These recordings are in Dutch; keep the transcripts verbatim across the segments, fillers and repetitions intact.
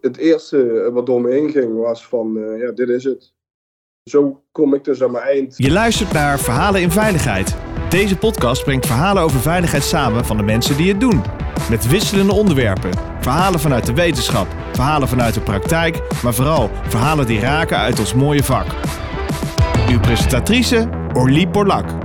het eerste wat door me heen ging was van, uh, ja, dit is het. Zo kom ik dus aan mijn eind. Je luistert naar Verhalen in Veiligheid. Deze podcast brengt verhalen over veiligheid samen van de mensen die het doen. Met wisselende onderwerpen. Verhalen vanuit de wetenschap, verhalen vanuit de praktijk, maar vooral verhalen die raken uit ons mooie vak. Uw presentatrice, Orlie Borlak.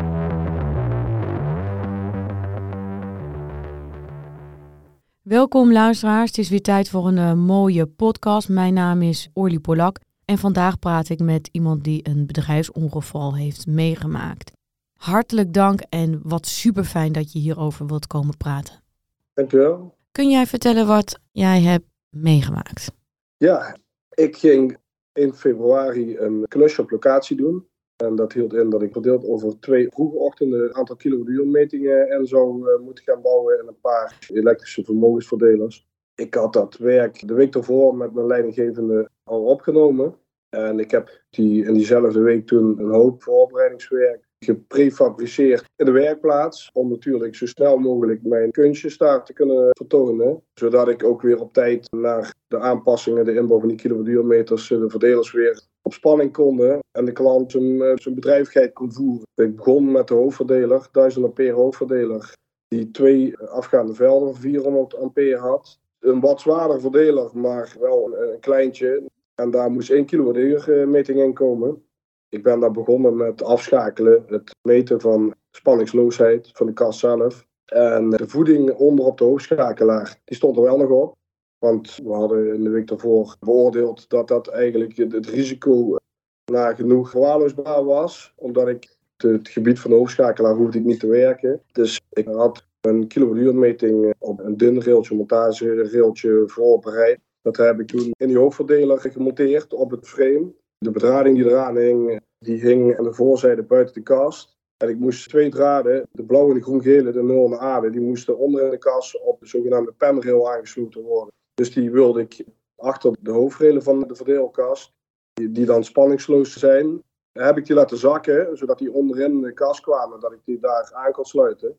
Welkom luisteraars, het is weer tijd voor een uh, mooie podcast. Mijn naam is Orlie Borlak en vandaag praat ik met iemand die een bedrijfsongeval heeft meegemaakt. Hartelijk dank en wat super fijn dat je hierover wilt komen praten. Dankjewel. Kun jij vertellen wat jij hebt meegemaakt? Ja, ik ging in februari een klusje op locatie doen. En dat hield in dat ik verdeeld over twee vroege ochtenden een aantal kilowattuurmetingen en zo uh, moeten gaan bouwen en een paar elektrische vermogensverdelers. Ik had dat werk de week ervoor met mijn leidinggevende al opgenomen. En ik heb die, in diezelfde week toen een hoop voorbereidingswerk geprefabriceerd in de werkplaats. Om natuurlijk zo snel mogelijk mijn kunstjes daar te kunnen vertonen. Zodat ik ook weer op tijd naar de aanpassingen, de inbouw van die kilowattuurmeters, de verdelers weer op spanning konden. En de klant zijn, zijn bedrijvigheid kon voeren. Ik begon met de hoofdverdeler, duizend ampère hoofdverdeler. Die twee afgaande velden, vierhonderd ampère had. Een wat zwaarder verdeler, maar wel een, een kleintje. En daar moest één kilowattuur meting in komen. Ik ben daar begonnen met afschakelen, het meten van spanningsloosheid van de kast zelf. En de voeding onder op de hoofdschakelaar, die stond er wel nog op. Want we hadden in de week daarvoor beoordeeld dat dat eigenlijk het risico nagenoeg verwaarloosbaar was. Omdat ik het gebied van de hoofdschakelaar hoefde ik niet te werken. Dus ik had een kilowattuurmeting op een dun railtje, montage-railtje voorbereid. Dat heb ik toen in die hoofdverdeler gemonteerd op het frame. De bedrading die eraan hing, die hing aan de voorzijde buiten de kast. En ik moest twee draden, de blauwe en de groen-gele, de nul en de aarde, die moesten onder in de kast op de zogenaamde penrail aangesloten worden. Dus die wilde ik achter de hoofdrailen van de verdeelkast, die, die dan spanningsloos zijn, heb ik die laten zakken, zodat die onderin de kast kwamen, dat ik die daar aan kon sluiten.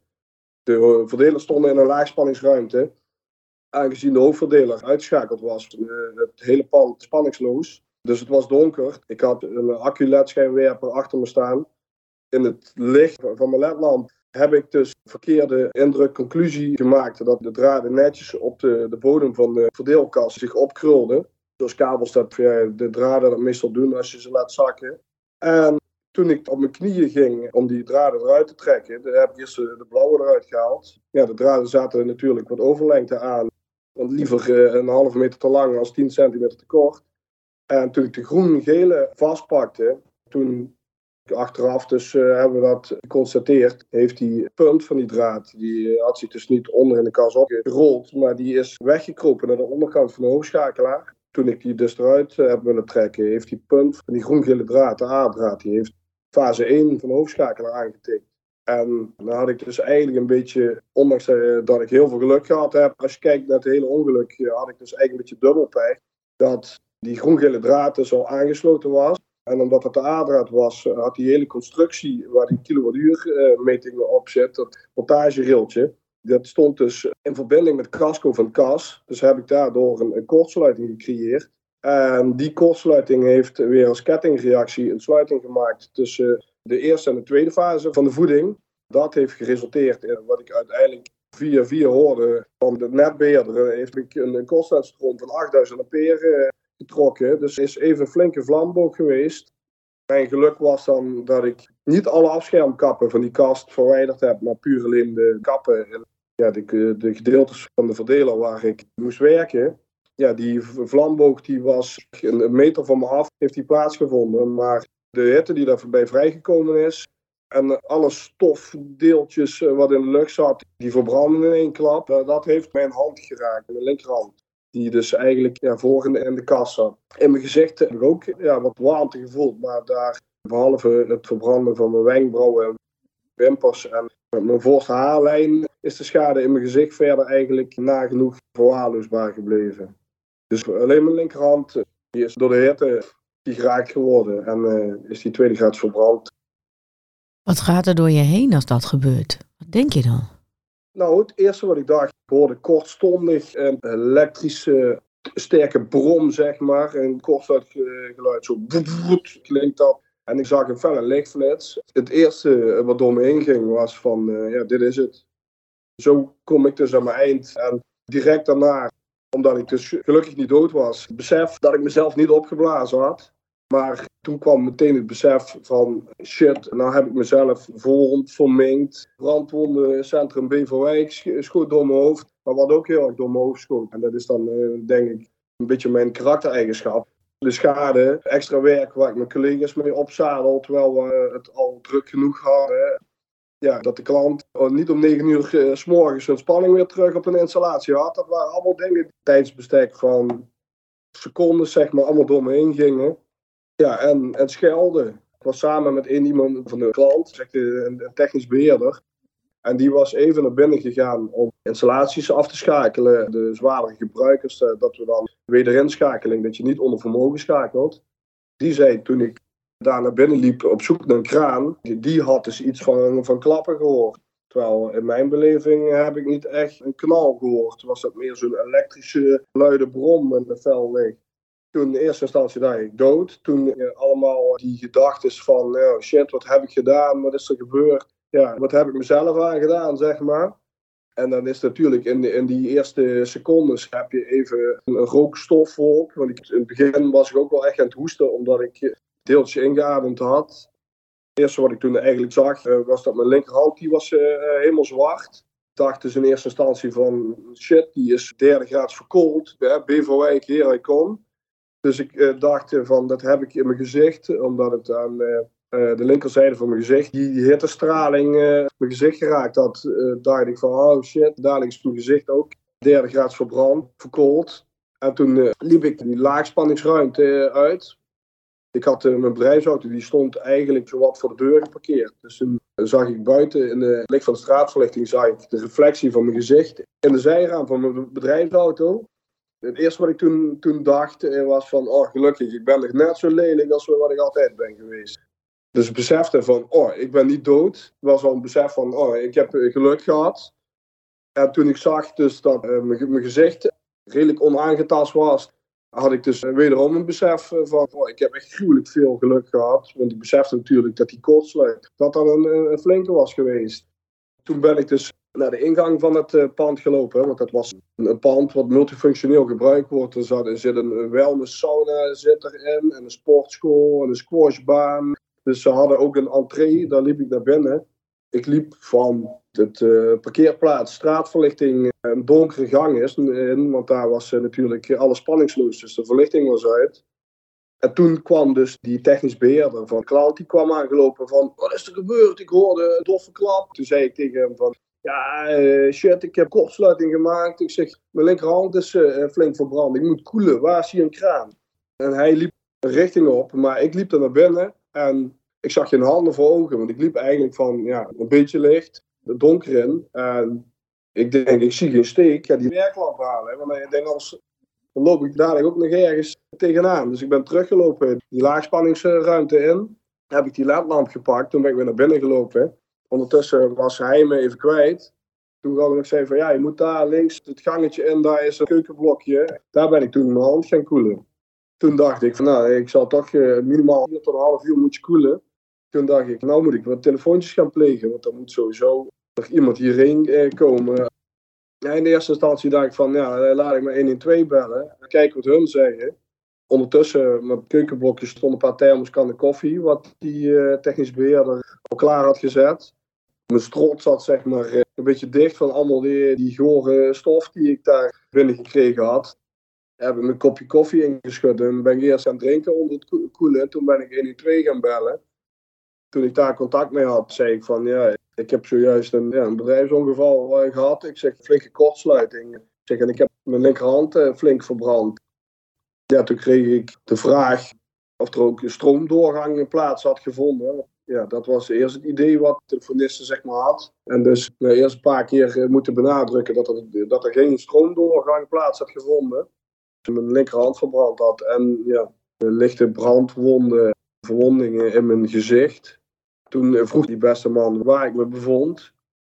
De verdelers stonden in een laagspanningsruimte. Aangezien de hoofdverdeler uitgeschakeld was, het hele pand spanningsloos. Dus het was donker. Ik had een accu-L E D-schijnwerper achter me staan. In het licht van mijn L E D-lamp heb ik dus verkeerde indruk conclusie gemaakt dat de draden netjes op de, de bodem van de verdeelkast zich opkrulden. Zoals kabels dat ja, de draden dat meestal doen als je ze laat zakken. En toen ik op mijn knieën ging om die draden eruit te trekken, heb ik eerst de blauwe eruit gehaald. Ja, de draden zaten natuurlijk wat overlengte aan. Want liever een halve meter te lang als tien centimeter te kort. En toen ik de groen-gele vastpakte, toen achteraf dus uh, hebben we dat geconstateerd, heeft die punt van die draad, die had zich dus niet onder in de kas opgerold, maar die is weggekropen naar de onderkant van de hoofdschakelaar. Toen ik die dus eruit uh, heb willen trekken, heeft die punt van die groen-gele draad, de A-draad, die heeft fase één van de hoofdschakelaar aangetikt. En dan had ik dus eigenlijk een beetje, ondanks dat ik heel veel geluk gehad heb, als je kijkt naar het hele ongeluk, had ik dus eigenlijk een beetje dubbelpech. Dat die groen-gele draad dus al aangesloten was. En omdat het de A-draad was, had die hele constructie waar die kilowattuurmetingen op zit, dat montagereeltje, dat stond dus in verbinding met de casco van de kas. Dus heb ik daardoor een, een kortsluiting gecreëerd. En die kortsluiting heeft weer als kettingreactie een sluiting gemaakt tussen de eerste en de tweede fase van de voeding. Dat heeft geresulteerd in wat ik uiteindelijk via via hoorde van de netbeheerder. Heeft ik een, een kortsluitstroom van achtduizend ampère getrokken. Dus er is even een flinke vlamboog geweest. Mijn geluk was dan dat ik niet alle afschermkappen van die kast verwijderd heb, maar puur alleen de kappen en ja, de, de gedeeltes van de verdeler waar ik moest werken. Ja, die vlamboog die was een meter van me af, heeft die plaatsgevonden. Maar de hitte die daar voorbij vrijgekomen is en alle stofdeeltjes wat in de lucht zat, die verbranden in één klap. Dat heeft mijn hand geraakt, mijn linkerhand. Die dus eigenlijk ja, voor in de, in de kast zat. In mijn gezicht heb ik ook ja, wat warmte gevoeld. Maar daar, behalve het verbranden van mijn wenkbrauwen, wimpers en mijn voorste haarlijn, is de schade in mijn gezicht verder eigenlijk nagenoeg verwaarloosbaar gebleven. Dus alleen mijn linkerhand die is door de hitte die geraakt geworden. En uh, is die tweede graads verbrand. Wat gaat er door je heen als dat gebeurt? Wat denk je dan? Nou, het eerste wat ik dacht, ik hoorde kortstondig een elektrische sterke brom, zeg maar. Een kortsluitgeluid, zo boet, klinkt dat. En ik zag een felle lichtflits. Het eerste wat door me heen ging was van, uh, ja, dit is het. Zo kom ik dus aan mijn eind. En direct daarna, omdat ik dus gelukkig niet dood was, besef dat ik mezelf niet opgeblazen had. Maar toen kwam meteen het besef van, shit, nou heb ik mezelf voorhond verminkt. Brandwondencentrum Beverwijk schoot door mijn hoofd. Maar wat ook heel erg door mijn hoofd schoot. En dat is dan, uh, denk ik, een beetje mijn karaktereigenschap. De schade, extra werk waar ik mijn collega's mee opzadel, terwijl we het al druk genoeg hadden. Ja, dat de klant niet om negen uur uh, 's morgens een spanning weer terug op een installatie had. Dat waren allemaal dingen, tijdsbestek van seconden, zeg maar, allemaal door me heen gingen. Ja, en, en schelden. Ik was samen met één iemand van de klant, zeg, een, een technisch beheerder. En die was even naar binnen gegaan om installaties af te schakelen. De zwaardere gebruikers, dat we dan wederinschakeling, dat je niet onder vermogen schakelt. Die zei toen ik daar naar binnen liep op zoek naar een kraan, die had dus iets van, van klappen gehoord. Terwijl in mijn beleving heb ik niet echt een knal gehoord. Was dat meer zo'n elektrische luide brom in de fel leeg. Toen in eerste instantie dacht ik dood. Toen eh, allemaal die gedachten van, oh shit, wat heb ik gedaan? Wat is er gebeurd? Ja, wat heb ik mezelf aan gedaan, zeg maar. En dan is natuurlijk in, de, in die eerste secondes heb je even een rookstofwolk. Want ik, in het begin was ik ook wel echt aan het hoesten, omdat ik het deeltje ingeademd had. Het eerste wat ik toen eigenlijk zag, uh, was dat mijn linkerhand die was uh, helemaal zwart. Ik dacht dus in eerste instantie van, shit, die is derde graads verkoold. Ja, Beverwijk, hier ik kom. Dus ik uh, dacht uh, van, dat heb ik in mijn gezicht, omdat het aan uh, uh, de linkerzijde van mijn gezicht, die, die hittestraling uh, mijn gezicht geraakt had. Uh, dacht ik van, oh shit, daar ligt mijn gezicht ook. Derde graads verbrand, verkoold. En toen uh, liep ik die laagspanningsruimte uh, uit. Ik had uh, mijn bedrijfsauto, die stond eigenlijk zowat voor de deur geparkeerd. Dus toen zag ik buiten in de licht van de straatverlichting, zag ik de reflectie van mijn gezicht in de zijraam van mijn bedrijfsauto. Het eerste wat ik toen, toen dacht was van, oh gelukkig, ik ben nog net zo lelijk als wat ik altijd ben geweest. Dus ik besefte van, oh, ik ben niet dood. Het was al een besef van, oh, ik heb geluk gehad. En toen ik zag dus dat uh, mijn, mijn gezicht redelijk onaangetast was, had ik dus wederom een besef van, oh, ik heb echt gruwelijk veel geluk gehad. Want ik besefte natuurlijk dat die kortsluit, dat dat een, een flinke was geweest. Toen ben ik dus naar de ingang van het uh, pand gelopen, want dat was een, een pand wat multifunctioneel gebruikt wordt. Er, zat, er zit een wellness sauna zit erin, en een sportschool en een squashbaan. Dus ze hadden ook een entree, daar liep ik naar binnen. Ik liep van het uh, parkeerplaats, straatverlichting, een donkere gang is in, want daar was uh, natuurlijk alles spanningsloos, dus de verlichting was uit. En toen kwam dus die technisch beheerder van de klant, die kwam aangelopen van, wat is er gebeurd? Ik hoorde een doffe klap. Toen zei ik tegen hem van, ja, uh, shit, ik heb kortsluiting gemaakt. Ik zeg, mijn linkerhand is uh, flink verbrand, ik moet koelen, waar is hier een kraan? En hij liep een richting op, maar ik liep er naar binnen en ik zag geen handen voor ogen, want ik liep eigenlijk van, ja, een beetje licht, donker in. En ik denk, ik zie geen steek, ja, die werklamp halen. Want ik denk, als, dan loop ik dadelijk ook nog ergens tegenaan. Dus ik ben teruggelopen, die laagspanningsruimte in. Heb ik die ledlamp gepakt, toen ben ik weer naar binnen gelopen. Ondertussen was hij me even kwijt. Toen had ik nog zeggen van, ja, je moet daar links het gangetje in, daar is een keukenblokje. Daar ben ik toen mijn hand gaan koelen. Toen dacht ik van, nou, ik zal toch uh, minimaal vier tot een half uur moet je koelen. Toen dacht ik, nou moet ik wat telefoontjes gaan plegen, want dan moet sowieso nog iemand hierheen eh, komen. Ja, in de eerste instantie dacht ik van, ja, laat ik maar één een twee bellen. Kijken wat hun zeggen. Ondertussen, met keukenblokjes stonden een paar thermoskannen koffie, wat die uh, technisch beheerder al klaar had gezet. Mijn strot zat zeg maar uh, een beetje dicht van allemaal die, die gore stof die ik daar binnen gekregen had. Heb ik mijn kopje koffie ingeschud en ben ik eerst gaan drinken onder het koelen. Toen ben ik één een twee gaan bellen. Toen ik daar contact mee had, zei ik van, ja, ik heb zojuist een, ja, een bedrijfsongeval uh, gehad. Ik zeg, flinke kortsluiting. Ik zeg, en ik heb mijn linkerhand uh, flink verbrand. Ja, toen kreeg ik de vraag of er ook een stroomdoorgang plaats had gevonden. Ja, dat was eerst het idee wat de telefoniste zeg maar had. En dus uh, eerst een paar keer uh, moeten benadrukken dat er, dat er geen stroomdoorgang plaats had gevonden. Mijn linkerhand verbrand had en ja, lichte brandwonden, verwondingen in mijn gezicht. Toen vroeg die beste man waar ik me bevond.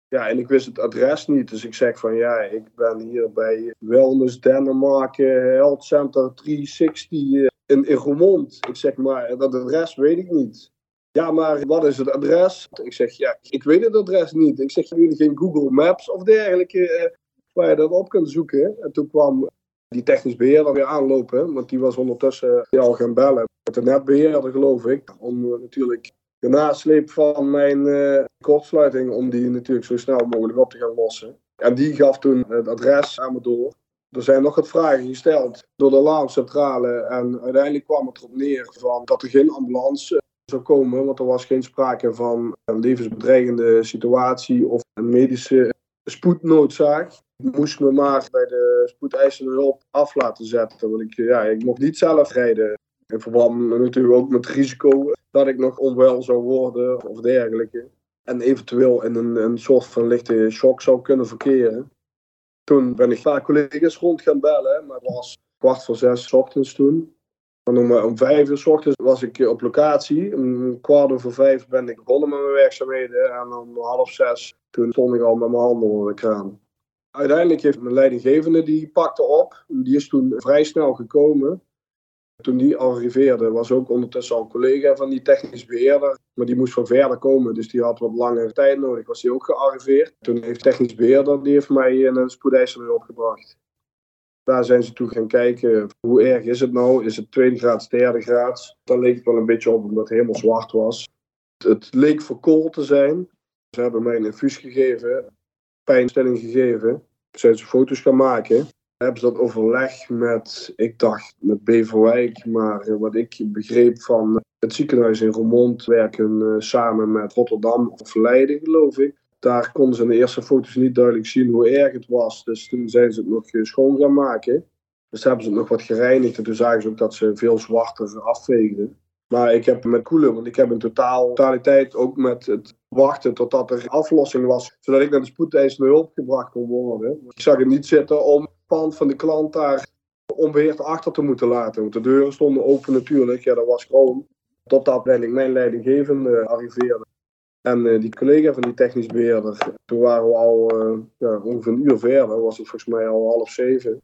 Ja, en ik wist het adres niet. Dus ik zeg van ja, ik ben hier bij Wellness Denemarken Health Center driehonderdzestig in, in Roermond. Ik zeg maar, dat adres weet ik niet. Ja, maar wat is het adres? Ik zeg ja, ik weet het adres niet. Ik zeg, hebben jullie geen Google Maps of dergelijke eh, waar je dat op kunt zoeken? En toen kwam die technisch beheerder weer aanlopen, want die was ondertussen uh, al gaan bellen met de netbeheerder, geloof ik, om uh, natuurlijk de nasleep van mijn uh, kortsluiting, om die natuurlijk zo snel mogelijk op te gaan lossen. En die gaf toen het adres aan me door. Er zijn nog wat vragen gesteld door de alarmcentrale en uiteindelijk kwam het erop neer van dat er geen ambulance uh, zou komen, want er was geen sprake van een levensbedreigende situatie of een medische spoednoodzaak. Ik moest me maar bij de spoedeisende hulp af laten zetten, want ik, ja, ik mocht niet zelf rijden. In verband natuurlijk ook met het risico dat ik nog onwel zou worden of dergelijke. En eventueel in een, een soort van lichte shock zou kunnen verkeren. Toen ben ik een paar collega's rond gaan bellen, maar het was kwart voor zes 's ochtends toen. En om, om vijf uur 's ochtends was ik op locatie. Om kwart over vijf ben ik begonnen met mijn werkzaamheden. En om half zes toen stond ik al met mijn handen onder de kraan. Uiteindelijk heeft mijn leidinggevende die pakte op. Die is toen vrij snel gekomen. Toen die arriveerde was ook ondertussen al een collega van die technisch beheerder. Maar die moest van verder komen, dus die had wat langere tijd nodig. Was die ook gearriveerd. Toen heeft technisch beheerder, die heeft mij in een spoedeisende hulp gebracht. Daar zijn ze toe gaan kijken, hoe erg is het nou? Is het tweede graads, derde graads? Daar leek het wel een beetje op, omdat het helemaal zwart was. Het leek verkoold te zijn. Ze hebben mij een infuus gegeven, pijnstilling gegeven. Zijn ze foto's gaan maken. Hebben ze dat overleg met, ik dacht met Beverwijk, maar wat ik begreep van het ziekenhuis in Roermond werken uh, samen met Rotterdam of Leiden, geloof ik. Daar konden ze in de eerste foto's niet duidelijk zien hoe erg het was, dus toen zijn ze het nog schoon gaan maken. Dus hebben ze het nog wat gereinigd en toen zagen ze ook dat ze veel zwarter afveegden. Maar ik heb met koelen, want ik heb in totaal, totaliteit ook met het wachten totdat er aflossing was, zodat ik naar de spoedeisende hulp gebracht kon worden. Ik zag het niet zitten om het pand van de klant daar onbeheerd achter te moeten laten. Want de deuren stonden open natuurlijk, ja dat was gewoon. Totdat uiteindelijk mijn leidinggevende arriveerde. En uh, die collega van die technisch beheerder, toen waren we al uh, ja, ongeveer een uur verder, was het volgens mij al half zeven.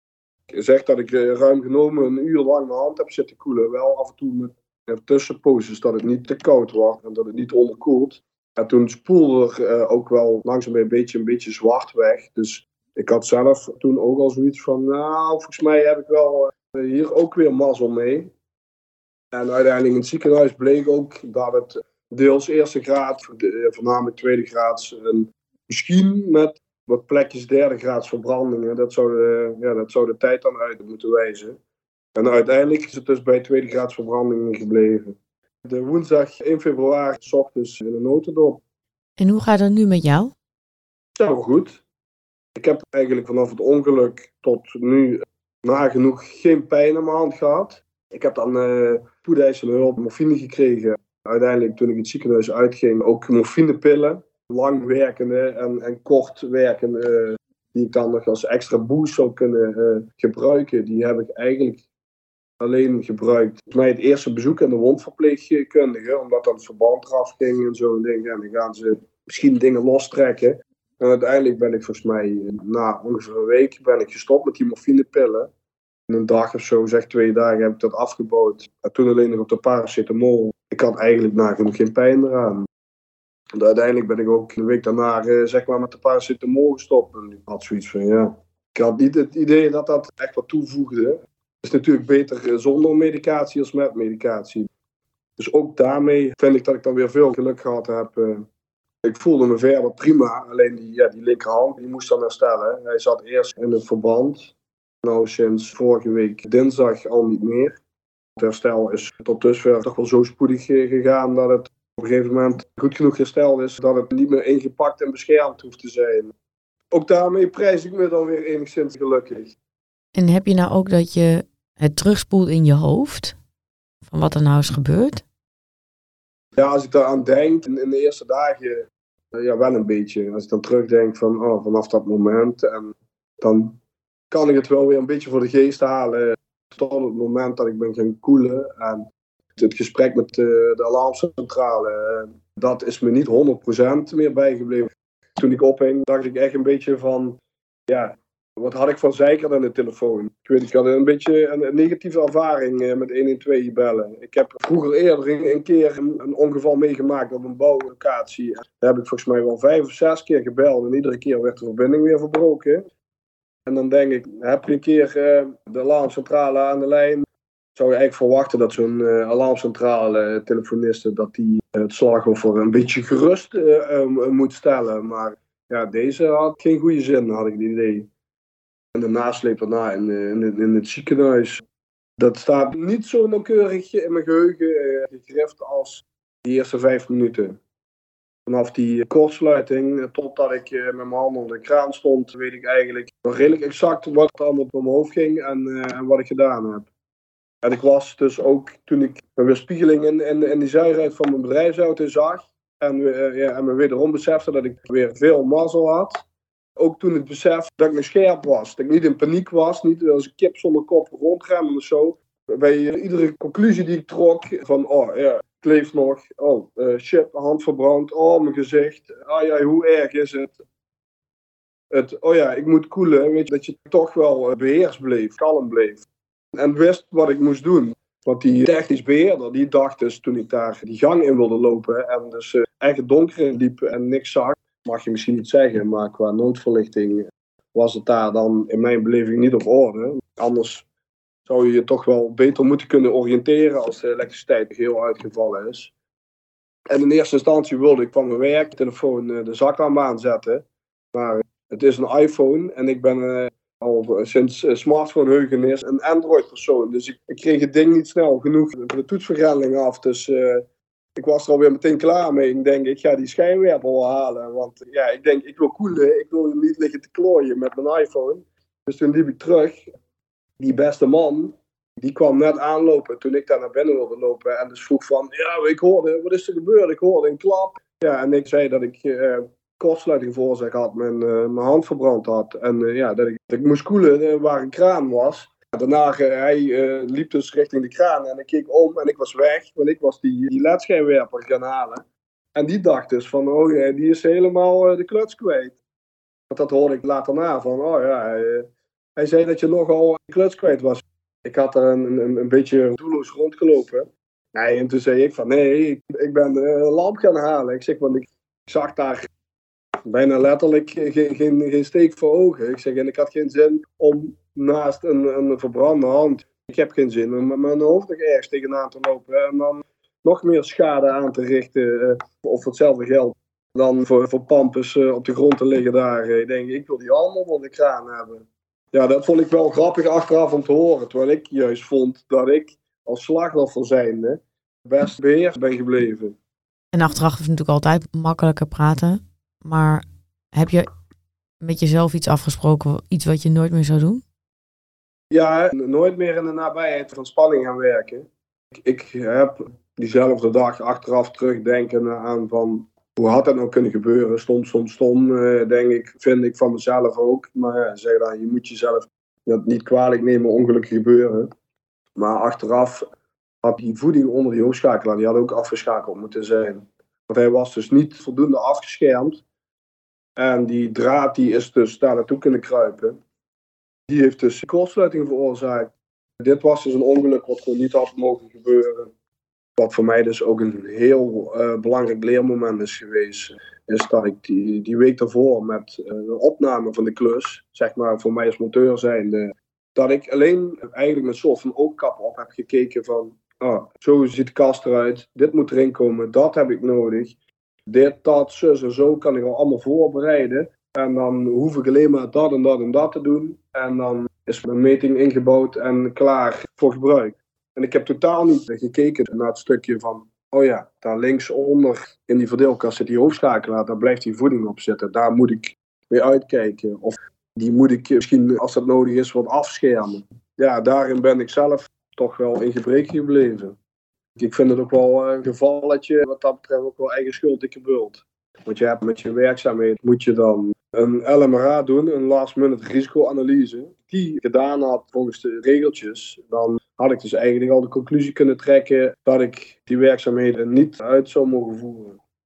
Ik zeg dat ik uh, ruim genomen een uur lang mijn hand heb zitten koelen, wel af en toe met uh, tussenposes dat het niet te koud was en dat het niet onderkoelt. En toen spoelde er uh, ook wel langzaam een beetje, een beetje zwart weg. Dus ik had zelf toen ook al zoiets van, nou volgens mij heb ik wel uh, hier ook weer mazzel mee. En uiteindelijk in het ziekenhuis bleek ook dat het deels eerste graad, voornamelijk tweede graads, en misschien met wat plekjes derde graads verbrandingen. Dat zou de, ja, dat zou de tijd dan uit moeten wijzen. En uiteindelijk is het dus bij tweede graads verbrandingen gebleven. De woensdag één februari, 's ochtends in een notendop. En hoe gaat het nu met jou? Zo goed. Ik heb eigenlijk vanaf het ongeluk tot nu nagenoeg geen pijn in mijn hand gehad. Ik heb dan uh, spoedeisende hulp morfine gekregen. Uiteindelijk toen ik het ziekenhuis uitging ook morfinepillen. Langwerkende en, en kortwerkende uh, die ik dan nog als extra boost zou kunnen uh, gebruiken. Die heb ik eigenlijk alleen gebruikt. Volgens mij het eerste bezoek aan de wondverpleegkundige. Omdat dan het verband eraf ging en zo'n ding. En dan gaan ze misschien dingen lostrekken. En uiteindelijk ben ik volgens mij na ongeveer een week ben ik gestopt met die morfinepillen. In een dag of zo, zeg twee dagen, heb ik dat afgebouwd. En toen alleen nog op de paracetamol. Ik had eigenlijk nagenoeg geen pijn eraan. En uiteindelijk ben ik ook een week daarna uh, zeg maar met de paracetamol gestopt. En ik had zoiets van, ja... Ik had niet het idee dat dat echt wat toevoegde. Het is natuurlijk beter zonder medicatie als met medicatie. Dus ook daarmee vind ik dat ik dan weer veel geluk gehad heb. Uh, ik voelde me verder prima. Alleen die, ja, die linkerhand, die moest dan herstellen. Hij zat eerst in het verband. Nou, sinds vorige week dinsdag al niet meer. Het herstel is tot dusver toch wel zo spoedig gegaan dat het op een gegeven moment goed genoeg hersteld is dat het niet meer ingepakt en beschermd hoeft te zijn. Ook daarmee prijs ik me dan weer enigszins gelukkig. En heb je nou ook dat je het terugspoelt in je hoofd? Van wat er nou is gebeurd? Ja, als ik daaraan denk, in de eerste dagen, ja wel een beetje. Als ik dan terugdenk van oh, vanaf dat moment en dan kan ik het wel weer een beetje voor de geest halen. Tot het moment dat ik ben gaan koelen. En het gesprek met de, de alarmcentrale, dat is me niet honderd procent meer bijgebleven. Toen ik ophing, dacht ik echt een beetje van, ja, wat had ik van zeiker aan de telefoon? Ik weet, ik had een beetje een, een negatieve ervaring uh, met honderdtwaalf bellen. Ik heb vroeger eerder een, een keer een, een ongeval meegemaakt op een bouwlocatie. Daar heb ik volgens mij wel vijf of zes keer gebeld en iedere keer werd de verbinding weer verbroken. En dan denk ik, heb je een keer uh, de alarmcentrale aan de lijn? Zou je eigenlijk verwachten dat zo'n uh, alarmcentrale telefoniste dat die uh, het slachtoffer een beetje gerust uh, uh, moet stellen. Maar ja, deze had geen goede zin, had ik het idee. En de nasleep daarna in, in, in het ziekenhuis. Dat staat niet zo nauwkeurig in mijn geheugen uh, gegrift als de eerste vijf minuten. Vanaf die kortsluiting totdat ik uh, met mijn handen onder de kraan stond, weet ik eigenlijk nog redelijk exact wat er allemaal door mijn hoofd ging en, uh, en wat ik gedaan heb. En ik was dus ook, toen ik mijn weerspiegeling in, in, in die zijruit van mijn bedrijfsauto zag en, uh, ja, en me wederom besefte dat ik weer veel mazzel had. Ook toen ik besef dat ik nog scherp was, dat ik niet in paniek was, niet als een kip zonder kop rondremmen of zo. Bij iedere conclusie die ik trok van, oh ja, ik leef nog, oh uh, shit, hand verbrand, oh mijn gezicht, ah ja, hoe erg is het? het oh ja, ik moet koelen, weet je, dat je toch wel beheerst bleef, kalm bleef. En wist wat ik moest doen. Want die technisch beheerder, die dacht dus toen ik daar die gang in wilde lopen en dus uh, echt het donker in liep en niks zag, mag je misschien niet zeggen, maar qua noodverlichting was het daar dan in mijn beleving niet op orde. Anders zou je je toch wel beter moeten kunnen oriënteren als de elektriciteit heel uitgevallen is. En in eerste instantie wilde ik van mijn werktelefoon uh, de zaklamp aanzetten, maar het is een iPhone en ik ben uh, al sinds uh, smartphoneheugenis een Android-persoon. Dus ik, ik kreeg het ding niet snel genoeg de toetsvergrendeling af. Dus uh, ik was er alweer meteen klaar mee. Ik denk, ik ga die schijnwerper wel halen. Want ja, ik denk, ik wil koelen. Ik wil niet liggen te klooien met mijn iPhone. Dus toen liep ik terug. Die beste man, die kwam net aanlopen toen ik daar naar binnen wilde lopen. En dus vroeg van, ja, ik hoorde, wat is er gebeurd? Ik hoorde een klap. Ja, en ik zei dat ik uh, kortsluiting veroorzaakt had, mijn, uh, mijn hand verbrand had. En uh, ja, dat ik, dat ik moest koelen uh, waar een kraan was. Daarna, uh, hij uh, liep dus richting de kraan en ik keek om en ik was weg. Want ik was die, die ledschijnwerper gaan halen. En die dacht dus van, oh ja, die is helemaal uh, de kluts kwijt. Want dat hoorde ik later na van, oh ja, uh, hij zei dat je nogal de kluts kwijt was. Ik had er een, een, een beetje doelloos rondgelopen. Nee, en toen zei ik van, nee, ik, ik ben een uh, lamp gaan halen. Ik zeg, want ik zag daar bijna letterlijk geen, geen, geen steek voor ogen. Ik zeg, en ik had geen zin om naast een, een verbrande hand, ik heb geen zin om met mijn hoofd nog ergens tegenaan te lopen en dan nog meer schade aan te richten. Uh, of voor hetzelfde geld dan voor, voor pampers uh, op de grond te liggen daar. Ik denk, ik wil die allemaal onder de kraan hebben. Ja, dat vond ik wel grappig achteraf om te horen. Terwijl ik juist vond dat ik als slachtoffer zijnde best beheerst ben gebleven. En achteraf is het natuurlijk altijd makkelijker praten. Maar heb je met jezelf iets afgesproken, iets wat je nooit meer zou doen? Ja, nooit meer in de nabijheid van spanning gaan werken. Ik, ik heb diezelfde dag achteraf terugdenken aan van, hoe had dat nou kunnen gebeuren? Stom, stom, stom, uh, denk ik, vind ik van mezelf ook. Maar ja, zeg dan, je moet jezelf dat niet kwalijk nemen, ongelukken gebeuren. Maar achteraf had die voeding onder die hoofdschakelaar, die had ook afgeschakeld moeten zijn. Want hij was dus niet voldoende afgeschermd. En die draad die is dus daar naartoe kunnen kruipen. Die heeft dus kortsluiting veroorzaakt. Dit was dus een ongeluk wat gewoon niet had mogen gebeuren. Wat voor mij dus ook een heel uh, belangrijk leermoment is geweest. Is dat ik die, die week daarvoor met uh, de opname van de klus, zeg maar voor mij als monteur zijnde, dat ik alleen eigenlijk met soort van oogkap op heb gekeken van, ah, zo ziet de kast eruit, dit moet erin komen, dat heb ik nodig. Dit, dat, zus en zo kan ik al allemaal voorbereiden. En dan hoef ik alleen maar dat en dat en dat te doen. En dan is mijn meting ingebouwd en klaar voor gebruik. En ik heb totaal niet gekeken naar het stukje van, oh ja, daar linksonder in die verdeelkast zit die hoofdschakelaar, daar blijft die voeding op zitten. Daar moet ik mee uitkijken. Of die moet ik misschien, als dat nodig is, wat afschermen. Ja, daarin ben ik zelf toch wel in gebrek gebleven. Ik vind het ook wel een gevalletje, wat dat betreft ook wel eigen schuld dikke bult. Want je hebt met je werkzaamheden, moet je dan een L M R A doen, een last minute risicoanalyse. Die gedaan had volgens de regeltjes, dan had ik dus eigenlijk al de conclusie kunnen trekken dat ik die werkzaamheden niet uit zou mogen voeren.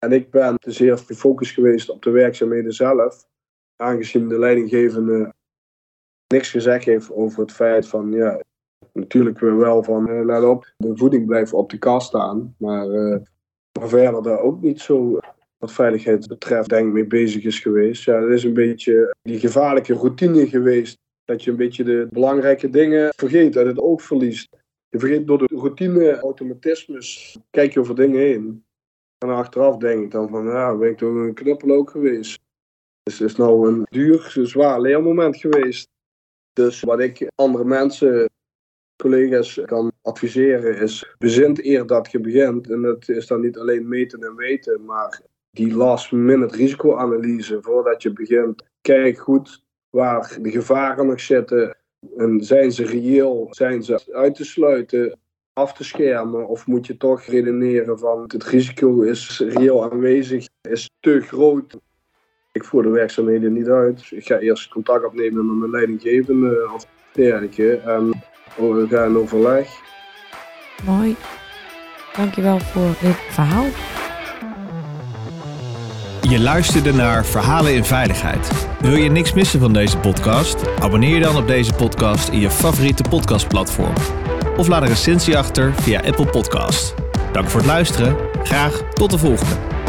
En ik ben te zeer gefocust geweest op de werkzaamheden zelf. Aangezien de leidinggevende niks gezegd heeft over het feit van, ja, natuurlijk wel van, uh, let op, de voeding blijft op de kast staan. Maar, uh, maar verder daar ook niet zo, wat veiligheid betreft, denk ik mee bezig is geweest. Ja, dat is een beetje die gevaarlijke routine geweest. Dat je een beetje de belangrijke dingen vergeet, uit het oog verliest. Je vergeet door de routine, automatismes, kijk je over dingen heen. En achteraf denk ik dan van, ja, ben ik toch een knuppel ook geweest. Dus het is nou een duur, zwaar leermoment geweest. Dus wat ik andere mensen, collega's kan adviseren is, bezint eer dat je begint. En dat is dan niet alleen meten en weten, maar die last minute risicoanalyse voordat je begint. Kijk goed waar de gevaren nog zitten. En zijn ze reëel, zijn ze uit te sluiten, af te schermen? Of moet je toch redeneren van het risico is reëel aanwezig, is te groot. Ik voer de werkzaamheden niet uit. Ik ga eerst contact opnemen met mijn leidinggevende of dergelijke. En we gaan in overleg. Mooi. Dankjewel voor dit verhaal. Je luisterde naar Verhalen in Veiligheid. Wil je niks missen van deze podcast? Abonneer je dan op deze podcast in je favoriete podcastplatform. Of laat een recensie achter via Apple Podcasts. Dank voor het luisteren. Graag tot de volgende.